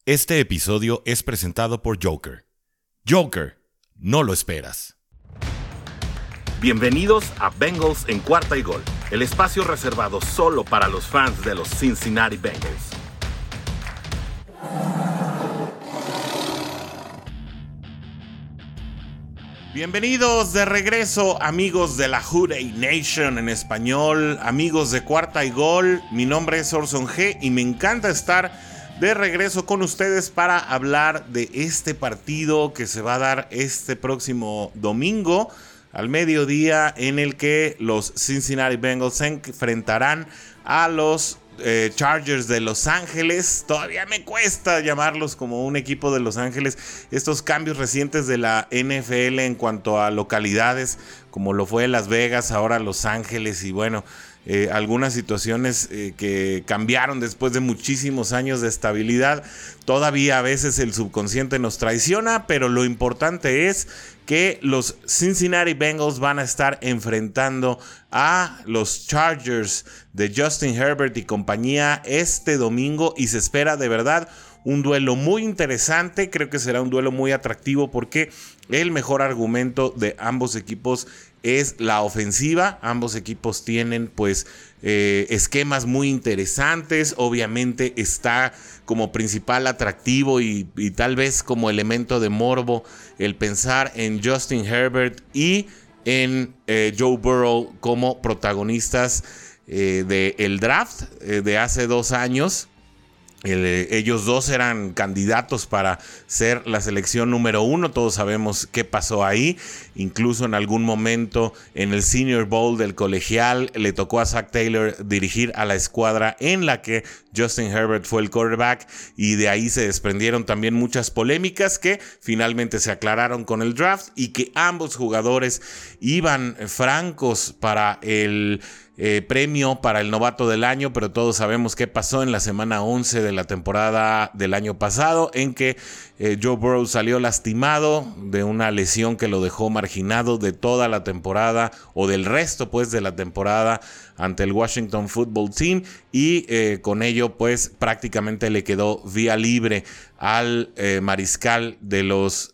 Este episodio es presentado por Joker. Joker, no lo esperas. Bienvenidos a Bengals en Cuarta y Gol, el espacio reservado solo para los fans de los Cincinnati Bengals. Bienvenidos de regreso, amigos de la Houday Nation en español, amigos de Cuarta y Gol. Mi nombre es Orson G y me encanta estar de regreso con ustedes para hablar de este partido que se va a dar este próximo domingo al mediodía, en el que los Cincinnati Bengals se enfrentarán a los Chargers de Los Ángeles. Todavía me cuesta llamarlos como un equipo de Los Ángeles. Estos cambios recientes de la NFL en cuanto a localidades, como lo fue Las Vegas, ahora Los Ángeles, y bueno, algunas situaciones que cambiaron después de muchísimos años de estabilidad. Todavía a veces el subconsciente nos traiciona, pero lo importante es que los Cincinnati Bengals van a estar enfrentando a los Chargers de Justin Herbert y compañía este domingo, y se espera de verdad un duelo muy interesante. Creo que será un duelo muy atractivo porque el mejor argumento de ambos equipos es la ofensiva. Ambos equipos tienen esquemas muy interesantes. Obviamente está como principal atractivo y tal vez como elemento de morbo el pensar en Justin Herbert y en Joe Burrow como protagonistas del draft de hace 2 años. Ellos dos eran candidatos para ser la selección número 1. Todos sabemos qué pasó ahí. Incluso en algún momento en el Senior Bowl del colegial le tocó a Zach Taylor dirigir a la escuadra en la que Justin Herbert fue el quarterback, y de ahí se desprendieron también muchas polémicas que finalmente se aclararon con el draft, y que ambos jugadores iban francos para el premio para el novato del año, pero todos sabemos qué pasó en la semana 11 de la temporada del año pasado, en que Joe Burrow salió lastimado de una lesión que lo dejó marginado de toda la temporada, o del resto de la temporada ante el Washington Football Team, y con ello prácticamente le quedó vía libre al mariscal de los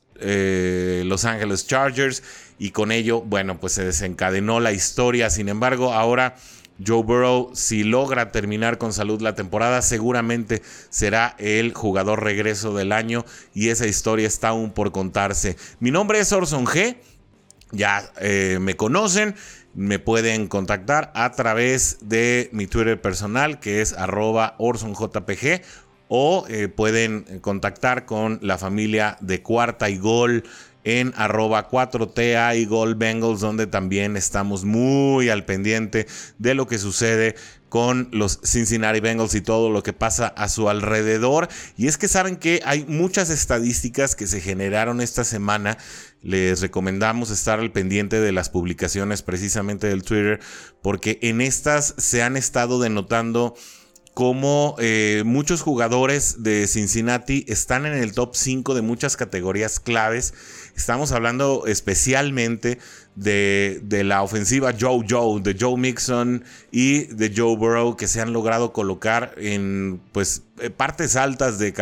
Los Angeles Chargers, y con ello, se desencadenó la historia. Sin embargo, ahora Joe Burrow, si logra terminar con salud la temporada, seguramente será el jugador regreso del año, y esa historia está aún por contarse. Mi nombre es Orson G, ya me conocen. Me pueden contactar a través de mi Twitter personal, que es @OrsonJPG, o pueden contactar con la familia de Cuarta y Gol en @4TA y Gol Bengals, donde también estamos muy al pendiente de lo que sucede con los Cincinnati Bengals y todo lo que pasa a su alrededor. Y es que saben que hay muchas estadísticas que se generaron esta semana. Les recomendamos estar al pendiente de las publicaciones precisamente del Twitter, porque en estas se han estado denotando como muchos jugadores de Cincinnati están en el top 5 de muchas categorías claves. Estamos hablando especialmente de la ofensiva de Joe Mixon y de Joe Burrow, que se han logrado colocar en partes altas de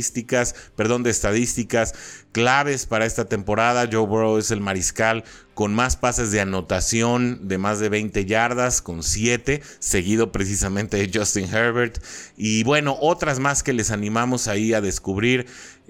de estadísticas claves para esta temporada. Joe Burrow es el mariscal con más pases de anotación de más de 20 yardas, con 7, seguido precisamente de Justin Herbert. Y bueno, otras más que les animamos ahí a descubrir.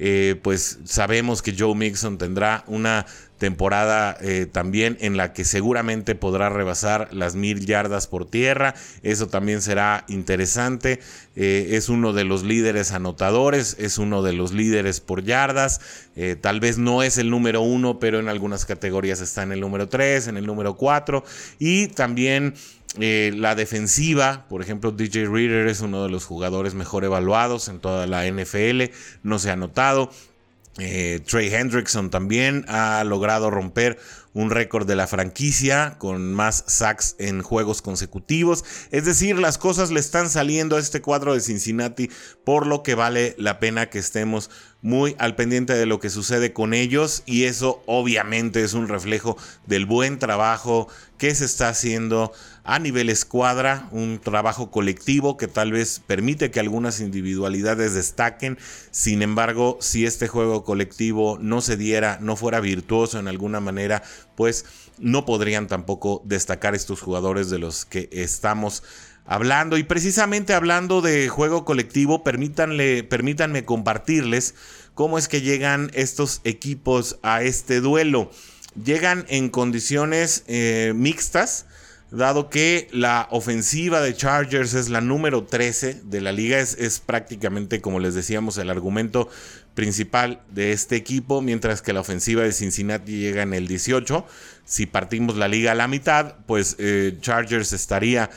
Sabemos que Joe Mixon tendrá una temporada también en la que seguramente podrá rebasar las 1000 yardas por tierra. Eso también será interesante. Es uno de los líderes anotadores, es uno de los líderes por yardas. Tal vez no es el número 1, pero en algunas categorías está en el número 3, en el número 4. Y también la defensiva, por ejemplo, DJ Reader es uno de los jugadores mejor evaluados en toda la NFL, no se ha anotado. Trey Hendrickson también ha logrado romper un récord de la franquicia con más sacks en juegos consecutivos. Es decir, las cosas le están saliendo a este cuadro de Cincinnati, por lo que vale la pena que estemos muy al pendiente de lo que sucede con ellos, y eso obviamente es un reflejo del buen trabajo que se está haciendo a nivel escuadra, un trabajo colectivo que tal vez permite que algunas individualidades destaquen. Sin embargo, si este juego colectivo no se diera, no fuera virtuoso en alguna manera, pues no podrían tampoco destacar estos jugadores de los que estamos hablando. Y precisamente hablando de juego colectivo, permítanme compartirles cómo es que llegan estos equipos a este duelo. Llegan en condiciones mixtas, dado que la ofensiva de Chargers es la número 13 de la liga. Es prácticamente, como les decíamos, el argumento principal de este equipo, mientras que la ofensiva de Cincinnati llega en el 18. Si partimos la liga a la mitad, pues Chargers estaría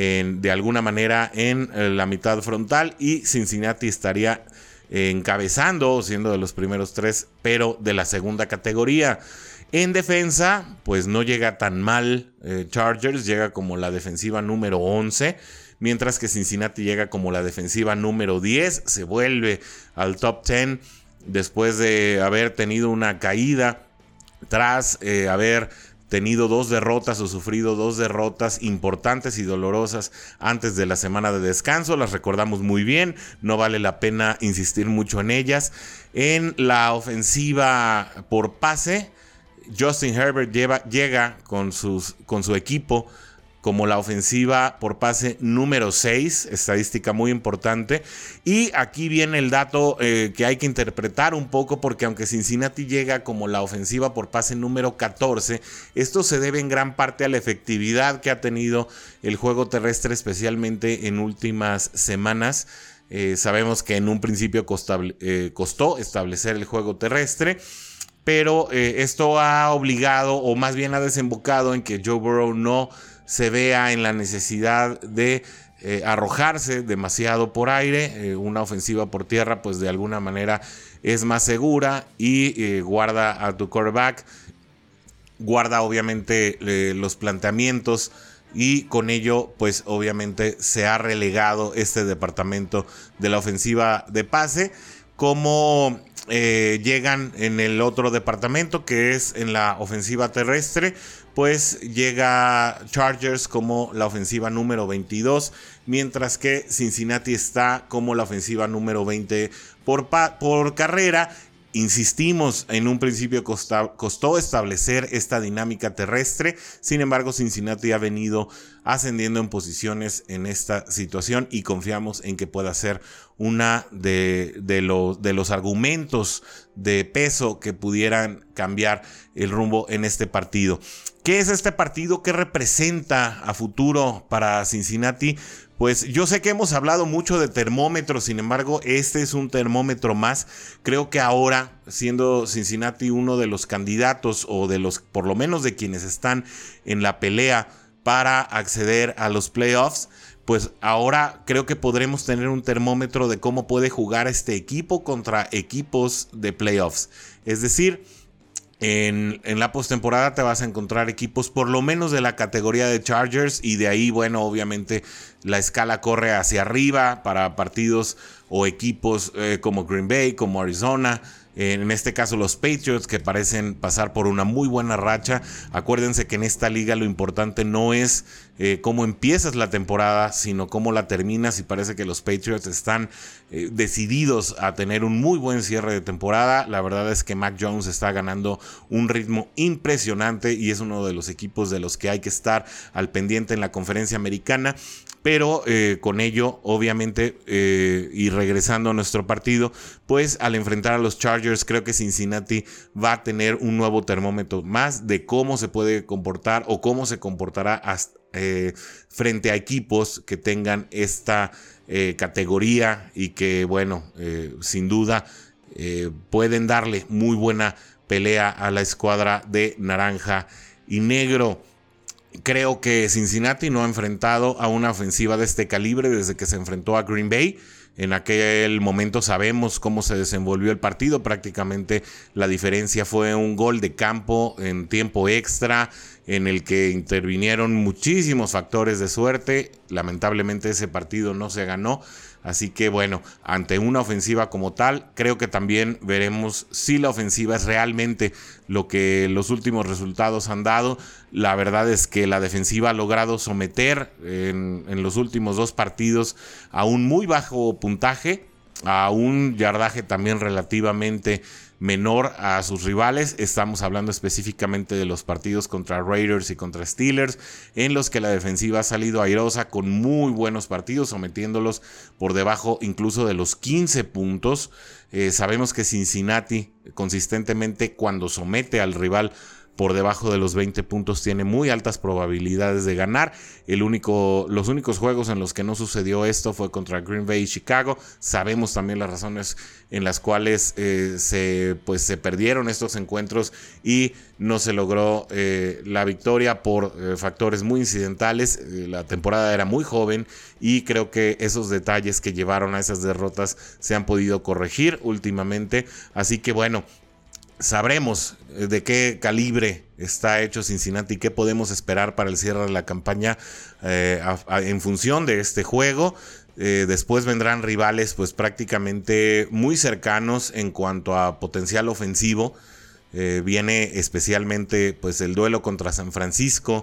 de alguna manera en la mitad frontal, y Cincinnati estaría encabezando, siendo de los primeros 3, pero de la segunda categoría. En defensa, pues no llega tan mal Chargers, llega como la defensiva número 11, mientras que Cincinnati llega como la defensiva número 10, se vuelve al top 10 después de haber tenido una caída tras haber tenido 2 derrotas o sufrido 2 derrotas importantes y dolorosas antes de la semana de descanso. Las recordamos muy bien, no vale la pena insistir mucho en ellas. En la ofensiva por pase, Justin Herbert llega con su equipo como la ofensiva por pase número 6, estadística muy importante. Y aquí viene el dato que hay que interpretar un poco, porque aunque Cincinnati llega como la ofensiva por pase número 14, esto se debe en gran parte a la efectividad que ha tenido el juego terrestre, especialmente en últimas semanas. Sabemos que en un principio costó establecer el juego terrestre, pero esto ha obligado, o más bien ha desembocado en que Joe Burrow no se vea en la necesidad de arrojarse demasiado por aire. Una ofensiva por tierra, pues de alguna manera es más segura y guarda a tu quarterback, guarda obviamente los planteamientos, y con ello pues obviamente se ha relegado este departamento de la ofensiva de pase. Como llegan en el otro departamento, que es en la ofensiva terrestre, pues llega Chargers como la ofensiva número 22, mientras que Cincinnati está como la ofensiva número 20 por carrera. Insistimos, en un principio costó establecer esta dinámica terrestre. Sin embargo, Cincinnati ha venido ascendiendo en posiciones en esta situación, y confiamos en que pueda ser una de los argumentos de peso que pudieran cambiar el rumbo en este partido. ¿Qué es este partido? ¿Qué representa a futuro para Cincinnati? Pues yo sé que hemos hablado mucho de termómetros, sin embargo, este es un termómetro más. Creo que ahora, siendo Cincinnati uno de los candidatos, o de los, por lo menos de quienes están en la pelea para acceder a los playoffs, pues ahora creo que podremos tener un termómetro de cómo puede jugar este equipo contra equipos de playoffs. Es decir, en la postemporada te vas a encontrar equipos por lo menos de la categoría de Chargers, y de ahí, bueno, obviamente la escala corre hacia arriba para partidos o equipos como Green Bay, como Arizona, en este caso los Patriots, que parecen pasar por una muy buena racha. Acuérdense que en esta liga lo importante no es cómo empiezas la temporada, sino cómo la terminas, y parece que los Patriots están decididos a tener un muy buen cierre de temporada. La verdad es que Mac Jones está ganando un ritmo impresionante, y es uno de los equipos de los que hay que estar al pendiente en la conferencia americana. Pero con ello, obviamente, y regresando a nuestro partido, pues al enfrentar a los Chargers, creo que Cincinnati va a tener un nuevo termómetro más de cómo se puede comportar, o cómo se comportará frente a equipos que tengan esta categoría, y que, bueno, sin duda pueden darle muy buena pelea a la escuadra de naranja y negro. Creo que Cincinnati no ha enfrentado a una ofensiva de este calibre desde que se enfrentó a Green Bay. En aquel momento sabemos cómo se desenvolvió el partido. Prácticamente la diferencia fue un gol de campo en tiempo extra, en el que intervinieron muchísimos factores de suerte. Lamentablemente ese partido no se ganó. Así que bueno, ante una ofensiva como tal, creo que también veremos si la ofensiva es realmente lo que los últimos resultados han dado. La verdad es que la defensiva ha logrado someter en los últimos 2 partidos a un muy bajo puntaje, a un yardaje también relativamente menor a sus rivales. Estamos hablando específicamente de los partidos contra Raiders y contra Steelers, en los que la defensiva ha salido airosa con muy buenos partidos, sometiéndolos por debajo incluso de los 15 puntos. Sabemos que Cincinnati consistentemente, cuando somete al rival por debajo de los 20 puntos, tiene muy altas probabilidades de ganar. Los únicos juegos en los que no sucedió esto fue contra Green Bay y Chicago. Sabemos también las razones en las cuales se perdieron estos encuentros y no se logró la victoria por factores muy incidentales. La temporada era muy joven y creo que esos detalles que llevaron a esas derrotas se han podido corregir últimamente. Así que bueno, sabremos de qué calibre está hecho Cincinnati y qué podemos esperar para el cierre de la campaña en función de este juego. Después vendrán rivales pues prácticamente muy cercanos en cuanto a potencial ofensivo. Viene especialmente pues el duelo contra San Francisco,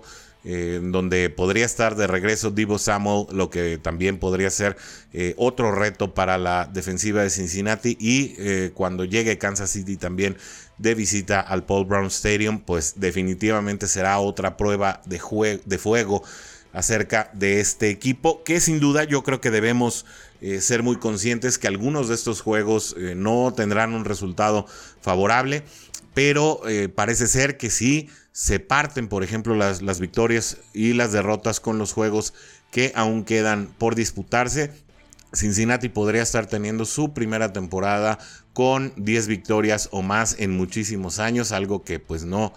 donde podría estar de regreso Deebo Samuel, lo que también podría ser otro reto para la defensiva de Cincinnati. Y cuando llegue Kansas City también de visita al Paul Brown Stadium, pues definitivamente será otra prueba de fuego acerca de este equipo, que sin duda yo creo que debemos ser muy conscientes que algunos de estos juegos no tendrán un resultado favorable, pero parece ser que sí se parten, por ejemplo, las victorias y las derrotas con los juegos que aún quedan por disputarse. Cincinnati podría estar teniendo su primera temporada con 10 victorias o más en muchísimos años, algo que pues no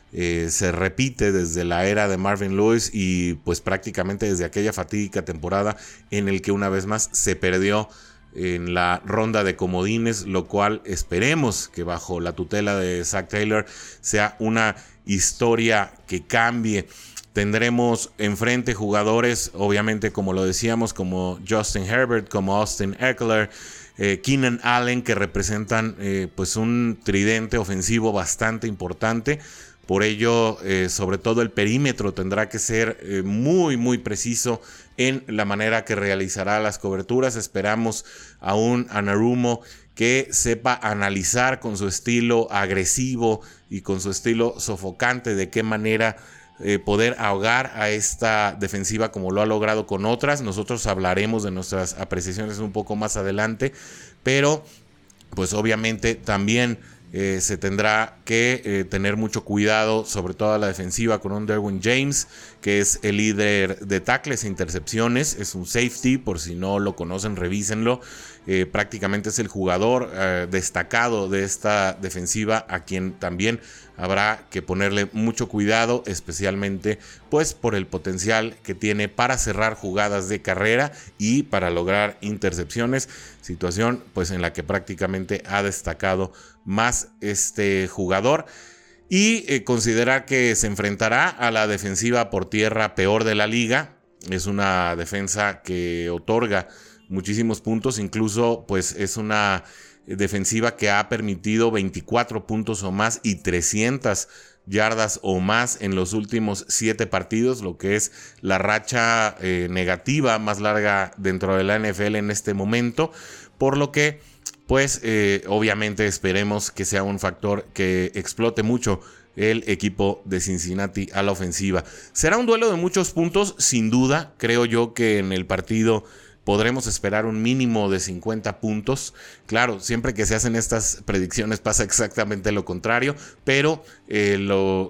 se repite desde la era de Marvin Lewis y pues prácticamente desde aquella fatídica temporada en el que una vez más se perdió en la ronda de comodines, lo cual esperemos que bajo la tutela de Zac Taylor sea una historia que cambie. Tendremos enfrente jugadores, obviamente, como lo decíamos, como Justin Herbert, como Austin Eckler, Keenan Allen, que representan pues un tridente ofensivo bastante importante. Por ello, sobre todo el perímetro tendrá que ser muy, muy preciso en la manera que realizará las coberturas. Esperamos a un Anarumo que sepa analizar con su estilo agresivo y con su estilo sofocante de qué manera poder ahogar a esta defensiva como lo ha logrado con otras. Nosotros hablaremos de nuestras apreciaciones un poco más adelante, pero pues obviamente también se tendrá que tener mucho cuidado, sobre todo a la defensiva, con un Derwin James, que es el líder de tackles e intercepciones. Es un safety, por si no lo conocen, revísenlo. Prácticamente es el jugador destacado de esta defensiva, a quien también habrá que ponerle mucho cuidado, especialmente pues por el potencial que tiene para cerrar jugadas de carrera y para lograr intercepciones, situación pues en la que prácticamente ha destacado más este jugador. Y considerar que se enfrentará a la defensiva por tierra peor de la liga. Es una defensa que otorga muchísimos puntos, incluso pues es una defensiva que ha permitido 24 puntos o más y 300 yardas o más en los últimos 7 partidos, lo que es la racha negativa más larga dentro de la NFL en este momento, por lo que pues obviamente esperemos que sea un factor que explote mucho el equipo de Cincinnati a la ofensiva. Será un duelo de muchos puntos, sin duda. Creo yo que en el partido podremos esperar un mínimo de 50 puntos. Claro, siempre que se hacen estas predicciones pasa exactamente lo contrario, pero lo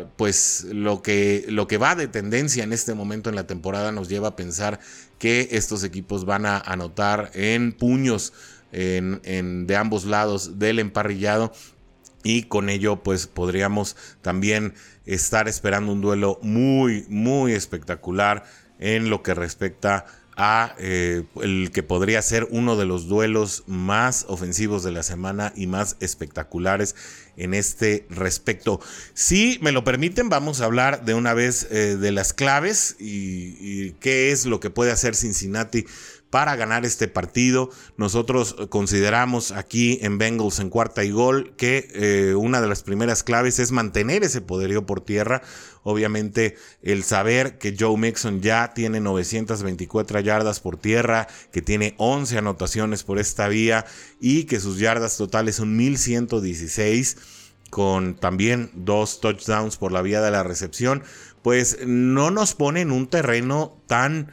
que va de tendencia en este momento en la temporada nos lleva a pensar que estos equipos van a anotar en puños de ambos lados del emparrillado, y con ello pues podríamos también estar esperando un duelo muy muy espectacular en lo que respecta a el que podría ser uno de los duelos más ofensivos de la semana y más espectaculares en este respecto. Si me lo permiten, vamos a hablar de una vez de las claves y qué es lo que puede hacer Cincinnati para ganar este partido. Nosotros consideramos aquí en Bengals en cuarta y gol que una de las primeras claves es mantener ese poderío por tierra. Obviamente el saber que Joe Mixon ya tiene 924 yardas por tierra, que tiene 11 anotaciones por esta vía y que sus yardas totales son 1116 con también 2 touchdowns por la vía de la recepción, pues no nos pone en un terreno tan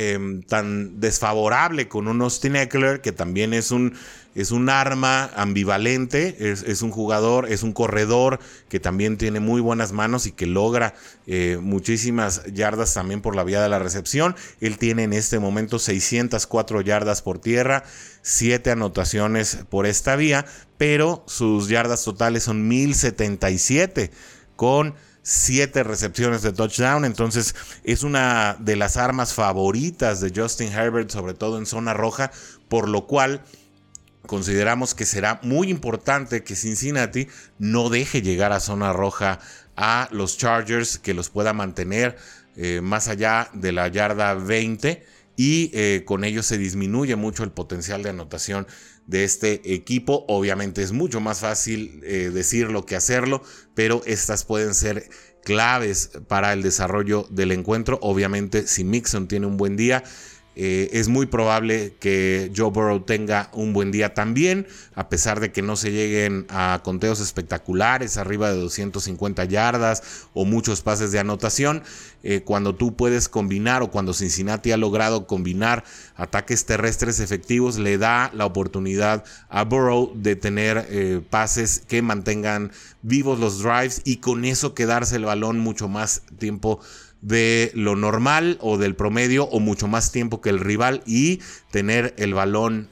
desfavorable con un Austin Ekeler, que también es un arma ambivalente, es un jugador, es un corredor que también tiene muy buenas manos y que logra muchísimas yardas también por la vía de la recepción. Él tiene en este momento 604 yardas por tierra, 7 anotaciones por esta vía, pero sus yardas totales son 1077 con 7 recepciones de touchdown. Entonces es una de las armas favoritas de Justin Herbert, sobre todo en zona roja, por lo cual consideramos que será muy importante que Cincinnati no deje llegar a zona roja a los Chargers, que los pueda mantener más allá de la yarda 20 y con ello se disminuye mucho el potencial de anotación de este equipo. Obviamente es mucho más fácil decirlo que hacerlo, pero estas pueden ser claves para el desarrollo del encuentro. Obviamente si Mixon tiene un buen día, es muy probable que Joe Burrow tenga un buen día también, a pesar de que no se lleguen a conteos espectaculares arriba de 250 yardas o muchos pases de anotación. Cuando tú puedes combinar, o cuando Cincinnati ha logrado combinar ataques terrestres efectivos, le da la oportunidad a Burrow de tener pases que mantengan vivos los drives y con eso quedarse el balón mucho más tiempo de lo normal o del promedio, o mucho más tiempo que el rival, y tener el balón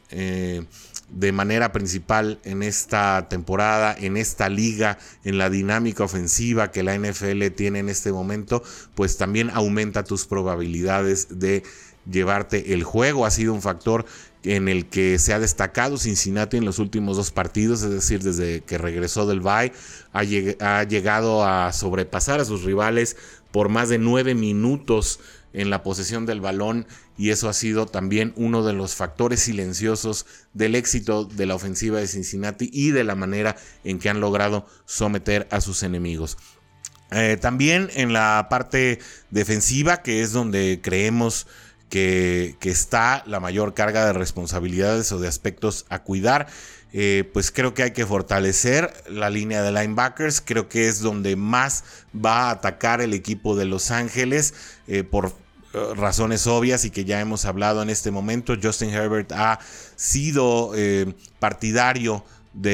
de manera principal en esta temporada, en esta liga, en la dinámica ofensiva que la NFL tiene en este momento, pues también aumenta tus probabilidades de llevarte el juego. Ha sido un factor en el que se ha destacado Cincinnati en los últimos 2 partidos, es decir, desde que regresó del bye, ha llegado a sobrepasar a sus rivales por más de 9 minutos en la posesión del balón, y eso ha sido también uno de los factores silenciosos del éxito de la ofensiva de Cincinnati y de la manera en que han logrado someter a sus enemigos. También en la parte defensiva, que es donde creemos que está la mayor carga de responsabilidades o de aspectos a cuidar, pues creo que hay que fortalecer la línea de linebackers. Creo que es donde más va a atacar el equipo de Los Ángeles por razones obvias y que ya hemos hablado en este momento. Justin Herbert ha sido partidario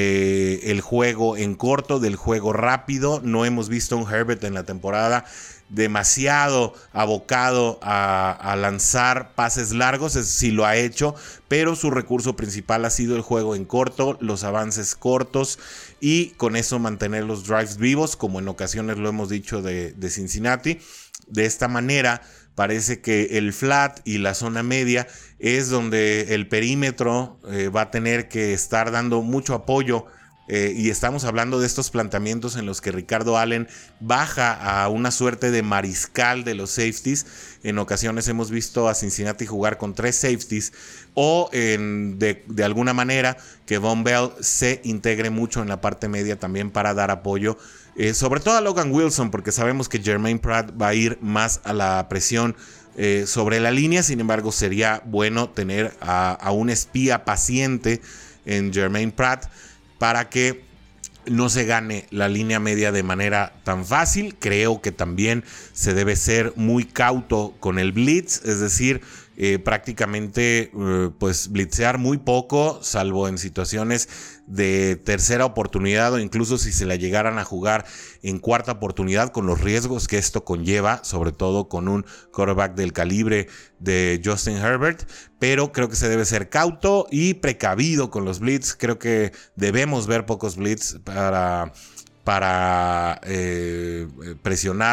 del juego en corto, del juego rápido. No hemos visto un Herbert en la temporada demasiado abocado a lanzar pases largos. Sí lo ha hecho, pero su recurso principal ha sido el juego en corto, los avances cortos, y con eso mantener los drives vivos, como en ocasiones lo hemos dicho de Cincinnati. De esta manera parece que el flat y la zona media es donde el perímetro va a tener que estar dando mucho apoyo. Y estamos hablando de estos planteamientos en los que Ricardo Allen baja a una suerte de mariscal de los safeties. En ocasiones hemos visto a Cincinnati jugar con 3 safeties, o de alguna manera que Von Bell se integre mucho en la parte media también para dar apoyo, sobre todo a Logan Wilson, porque sabemos que Jermaine Pratt va a ir más a la presión sobre la línea. Sin embargo, sería bueno tener a un espía paciente en Jermaine Pratt para que no se gane la línea media de manera tan fácil. Creo que también se debe ser muy cauto con el blitz, es decir, prácticamente pues blitzear muy poco, salvo en situaciones de tercera oportunidad, o incluso si se la llegaran a jugar en cuarta oportunidad, con los riesgos que esto conlleva, sobre todo con un quarterback del calibre de Justin Herbert. Pero creo que se debe ser cauto y precavido con los blitz. Creo que debemos ver pocos blitz para presionar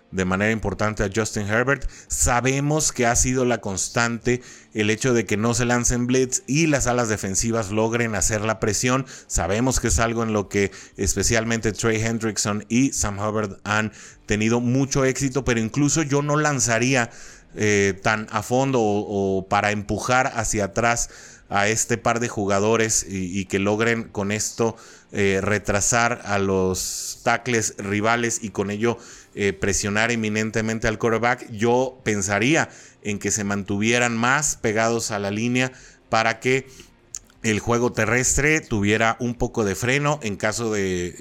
de manera importante a Justin Herbert. Sabemos que ha sido la constante el hecho de que no se lancen blitz y las alas defensivas logren hacer la presión. Sabemos que es algo en lo que especialmente Trey Hendrickson y Sam Hubbard han tenido mucho éxito, pero incluso yo no lanzaría tan a fondo o para empujar hacia atrás a este par de jugadores y que logren con esto retrasar a los tackles rivales y con ello presionar eminentemente al quarterback. Yo pensaría en que se mantuvieran más pegados a la línea para que el juego terrestre tuviera un poco de freno en caso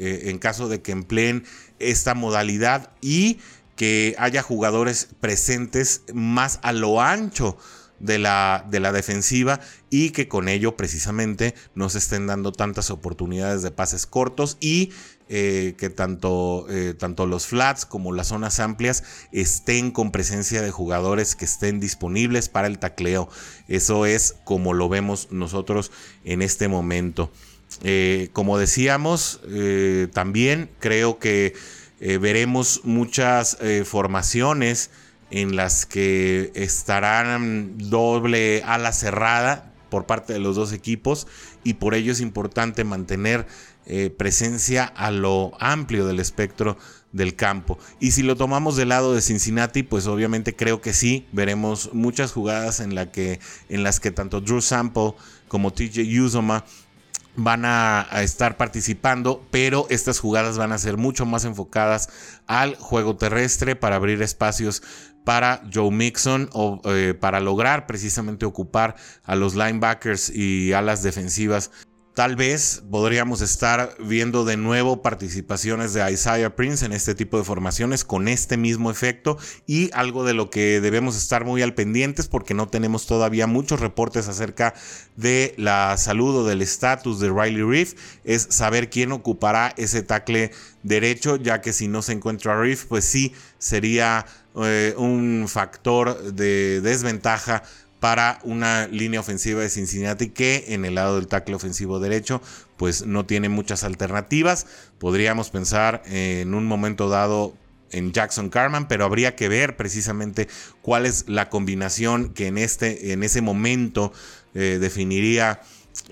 de que empleen esta modalidad y que haya jugadores presentes más a lo ancho de la defensiva y que con ello precisamente no se estén dando tantas oportunidades de pases cortos y que tanto los flats como las zonas amplias estén con presencia de jugadores que estén disponibles para el tacleo. Eso es como lo vemos nosotros en este momento. Como decíamos, también creo que veremos muchas formaciones en las que estarán doble ala cerrada por parte de los dos equipos y por ello es importante mantener presencia a lo amplio del espectro del campo. Y si lo tomamos del lado de Cincinnati, pues obviamente creo que sí, veremos muchas jugadas en las que tanto Drew Sample como TJ Uzomah van a estar participando, pero estas jugadas van a ser mucho más enfocadas al juego terrestre para abrir espacios para Joe Mixon o para lograr precisamente ocupar a los linebackers y alas defensivas. Tal vez podríamos estar viendo de nuevo participaciones de Isaiah Prince en este tipo de formaciones con este mismo efecto y algo de lo que debemos estar muy al pendientes porque no tenemos todavía muchos reportes acerca de la salud o del estatus de Riley Reiff, es saber quién ocupará ese tackle derecho, ya que si no se encuentra Reiff, pues sí sería un factor de desventaja para una línea ofensiva de Cincinnati que en el lado del tackle ofensivo derecho pues no tiene muchas alternativas. Podríamos pensar en un momento dado en Jackson Carman, pero habría que ver precisamente cuál es la combinación que en ese momento definiría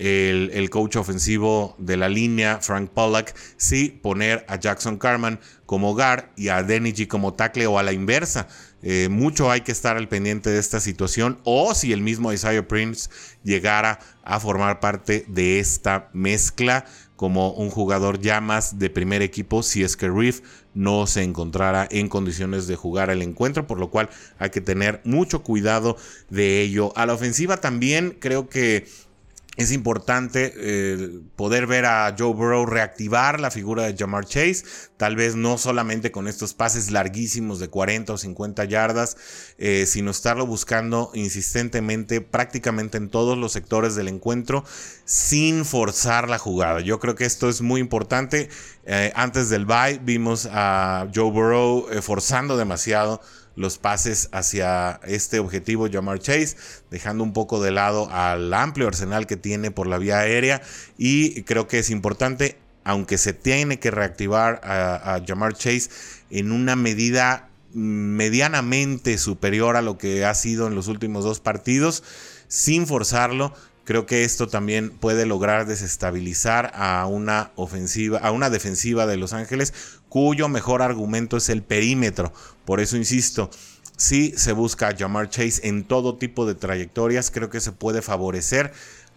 el coach ofensivo de la línea, Frank Pollack, si poner a Jackson Carman como guard y a Deniji como tackle o a la inversa. Mucho hay que estar al pendiente de esta situación o si el mismo Isaiah Prince llegara a formar parte de esta mezcla como un jugador ya más de primer equipo si es que Reiff no se encontrara en condiciones de jugar el encuentro, por lo cual hay que tener mucho cuidado de ello. A la ofensiva también creo que es importante poder ver a Joe Burrow reactivar la figura de Ja'Marr Chase, tal vez no solamente con estos pases larguísimos de 40 o 50 yardas, sino estarlo buscando insistentemente prácticamente en todos los sectores del encuentro sin forzar la jugada. Yo creo que esto es muy importante. Antes del bye vimos a Joe Burrow forzando demasiado los pases hacia este objetivo Ja'Marr Chase, dejando un poco de lado al amplio arsenal que tiene por la vía aérea, y creo que es importante, aunque se tiene que reactivar a Ja'Marr Chase en una medida medianamente superior a lo que ha sido en los últimos dos partidos, sin forzarlo. Creo que esto también puede lograr desestabilizar a una defensiva de Los Ángeles, cuyo mejor argumento es el perímetro. Por eso insisto, si se busca a Ja'Marr Chase en todo tipo de trayectorias, creo que se puede favorecer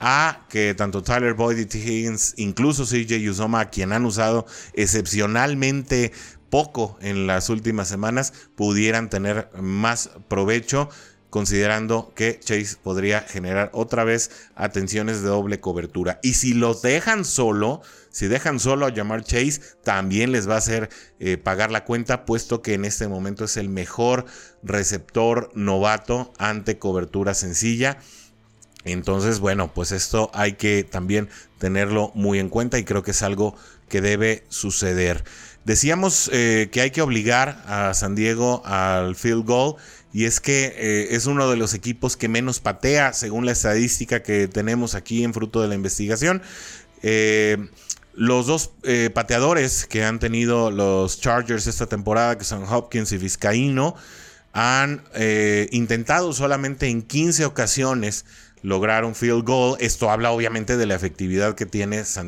a que tanto Tyler Boyd y T. Higgins, incluso CJ Uzomah, a quien han usado excepcionalmente poco en las últimas semanas, pudieran tener más provecho, considerando que Chase podría generar otra vez atenciones de doble cobertura. Y si los dejan solo, si dejan solo a Ja'Marr Chase, también les va a hacer pagar la cuenta, puesto que en este momento es el mejor receptor novato ante cobertura sencilla. Entonces, bueno, pues esto hay que también tenerlo muy en cuenta y creo que es algo que debe suceder. Decíamos que hay que obligar a San Diego al field goal, y es que es uno de los equipos que menos patea según la estadística que tenemos aquí en fruto de la investigación. Los dos pateadores que han tenido los Chargers esta temporada, que son Hopkins y Vizcaíno, han intentado solamente en 15 ocasiones lograr un field goal. Esto habla obviamente de la efectividad que tiene Los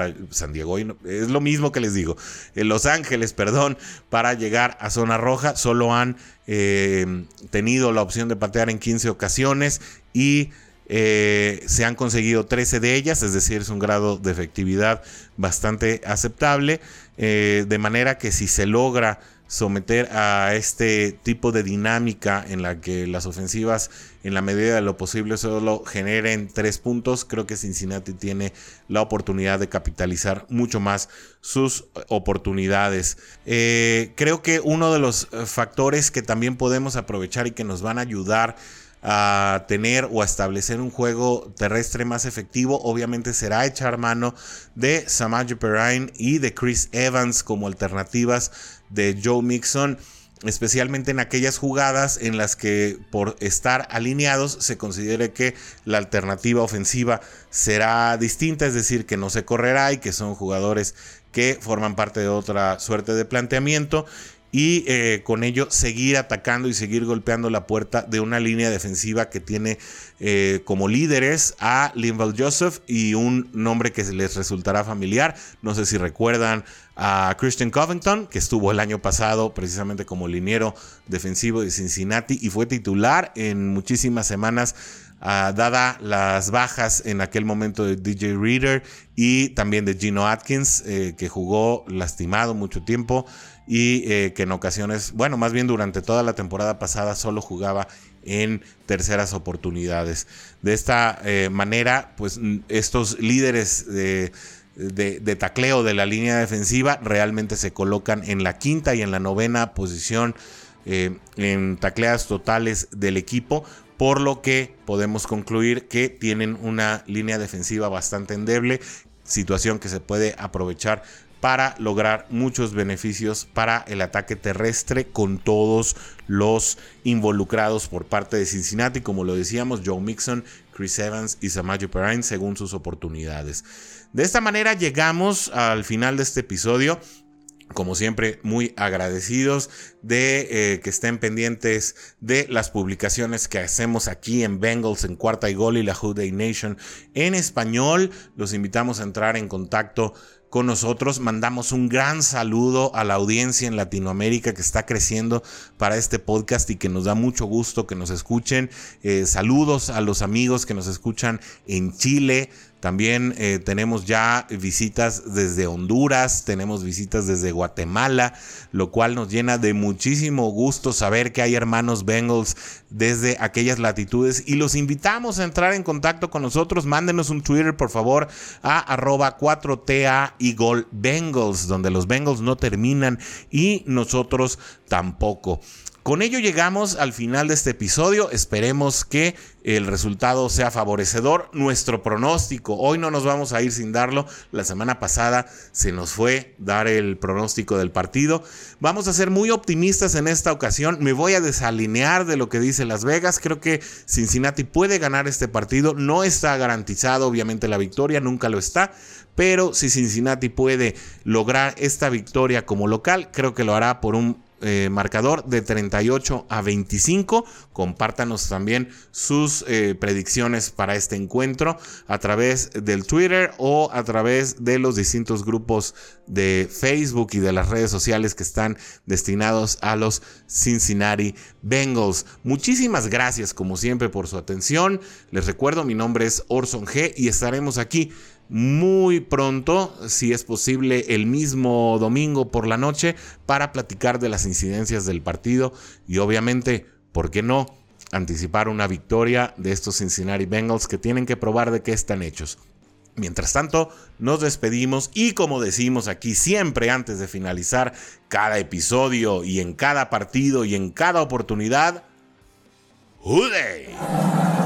Ángeles, para llegar a zona roja. Solo han tenido la opción de patear en 15 ocasiones y se han conseguido 13 de ellas, es decir, es un grado de efectividad bastante aceptable, de manera que si se logra someter a este tipo de dinámica en la que las ofensivas en la medida de lo posible solo generen 3 puntos, creo que Cincinnati tiene la oportunidad de capitalizar mucho más sus oportunidades. Creo que uno de los factores que también podemos aprovechar y que nos van a ayudar a tener o a establecer un juego terrestre más efectivo, obviamente será echar mano de Samaje Perine y de Chris Evans como alternativas de Joe Mixon, especialmente en aquellas jugadas en las que por estar alineados se considere que la alternativa ofensiva será distinta, es decir, que no se correrá y que son jugadores que forman parte de otra suerte de planteamiento. Y con ello seguir atacando y seguir golpeando la puerta de una línea defensiva que tiene como líderes a Linval Joseph y un nombre que les resultará familiar. No sé si recuerdan a Christian Covington, que estuvo el año pasado precisamente como liniero defensivo de Cincinnati y fue titular en muchísimas semanas, dada las bajas en aquel momento de DJ Reader y también de Geno Atkins, que jugó lastimado mucho tiempo y que en ocasiones, bueno, más bien durante toda la temporada pasada solo jugaba en terceras oportunidades. De esta manera, pues estos líderes de tacleo de la línea defensiva realmente se colocan en la quinta y en la novena posición en tacleadas totales del equipo, por lo que podemos concluir que tienen una línea defensiva bastante endeble, situación que se puede aprovechar para lograr muchos beneficios para el ataque terrestre con todos los involucrados por parte de Cincinnati, como lo decíamos, Joe Mixon, Chris Evans y Samaje Perine según sus oportunidades. De esta manera llegamos al final de este episodio. Como siempre, muy agradecidos de que estén pendientes de las publicaciones que hacemos aquí en Bengals en Cuarta y Gol y la Who Dey Nation en español. Los invitamos a entrar en contacto con nosotros. Mandamos un gran saludo a la audiencia en Latinoamérica que está creciendo para este podcast y que nos da mucho gusto que nos escuchen. Saludos a los amigos que nos escuchan en Chile. También tenemos ya visitas desde Honduras, tenemos visitas desde Guatemala, lo cual nos llena de muchísimo gusto saber que hay hermanos Bengals desde aquellas latitudes y los invitamos a entrar en contacto con nosotros. Mándenos un Twitter, por favor, a @4TA y Gol Bengals, donde los Bengals no terminan y nosotros tampoco. Con ello llegamos al final de este episodio. Esperemos que el resultado sea favorecedor. Nuestro pronóstico, hoy no nos vamos a ir sin darlo. La semana pasada se nos fue dar el pronóstico del partido. Vamos a ser muy optimistas en esta ocasión. Me voy a desalinear de lo que dice Las Vegas. Creo que Cincinnati puede ganar este partido. No está garantizado, obviamente, la victoria, nunca lo está. Pero si Cincinnati puede lograr esta victoria como local, creo que lo hará por un marcador de 38-25. Compártanos también sus predicciones para este encuentro a través del Twitter o a través de los distintos grupos de Facebook y de las redes sociales que están destinados a los Cincinnati Bengals. Muchísimas gracias como siempre por su atención. Les recuerdo, mi nombre es Orson G y estaremos aquí muy pronto, si es posible el mismo domingo por la noche, para platicar de las incidencias del partido y obviamente, ¿por qué no?, anticipar una victoria de estos Cincinnati Bengals que tienen que probar de qué están hechos. Mientras tanto, nos despedimos y como decimos aquí siempre antes de finalizar cada episodio y en cada partido y en cada oportunidad, ¡Who Dey!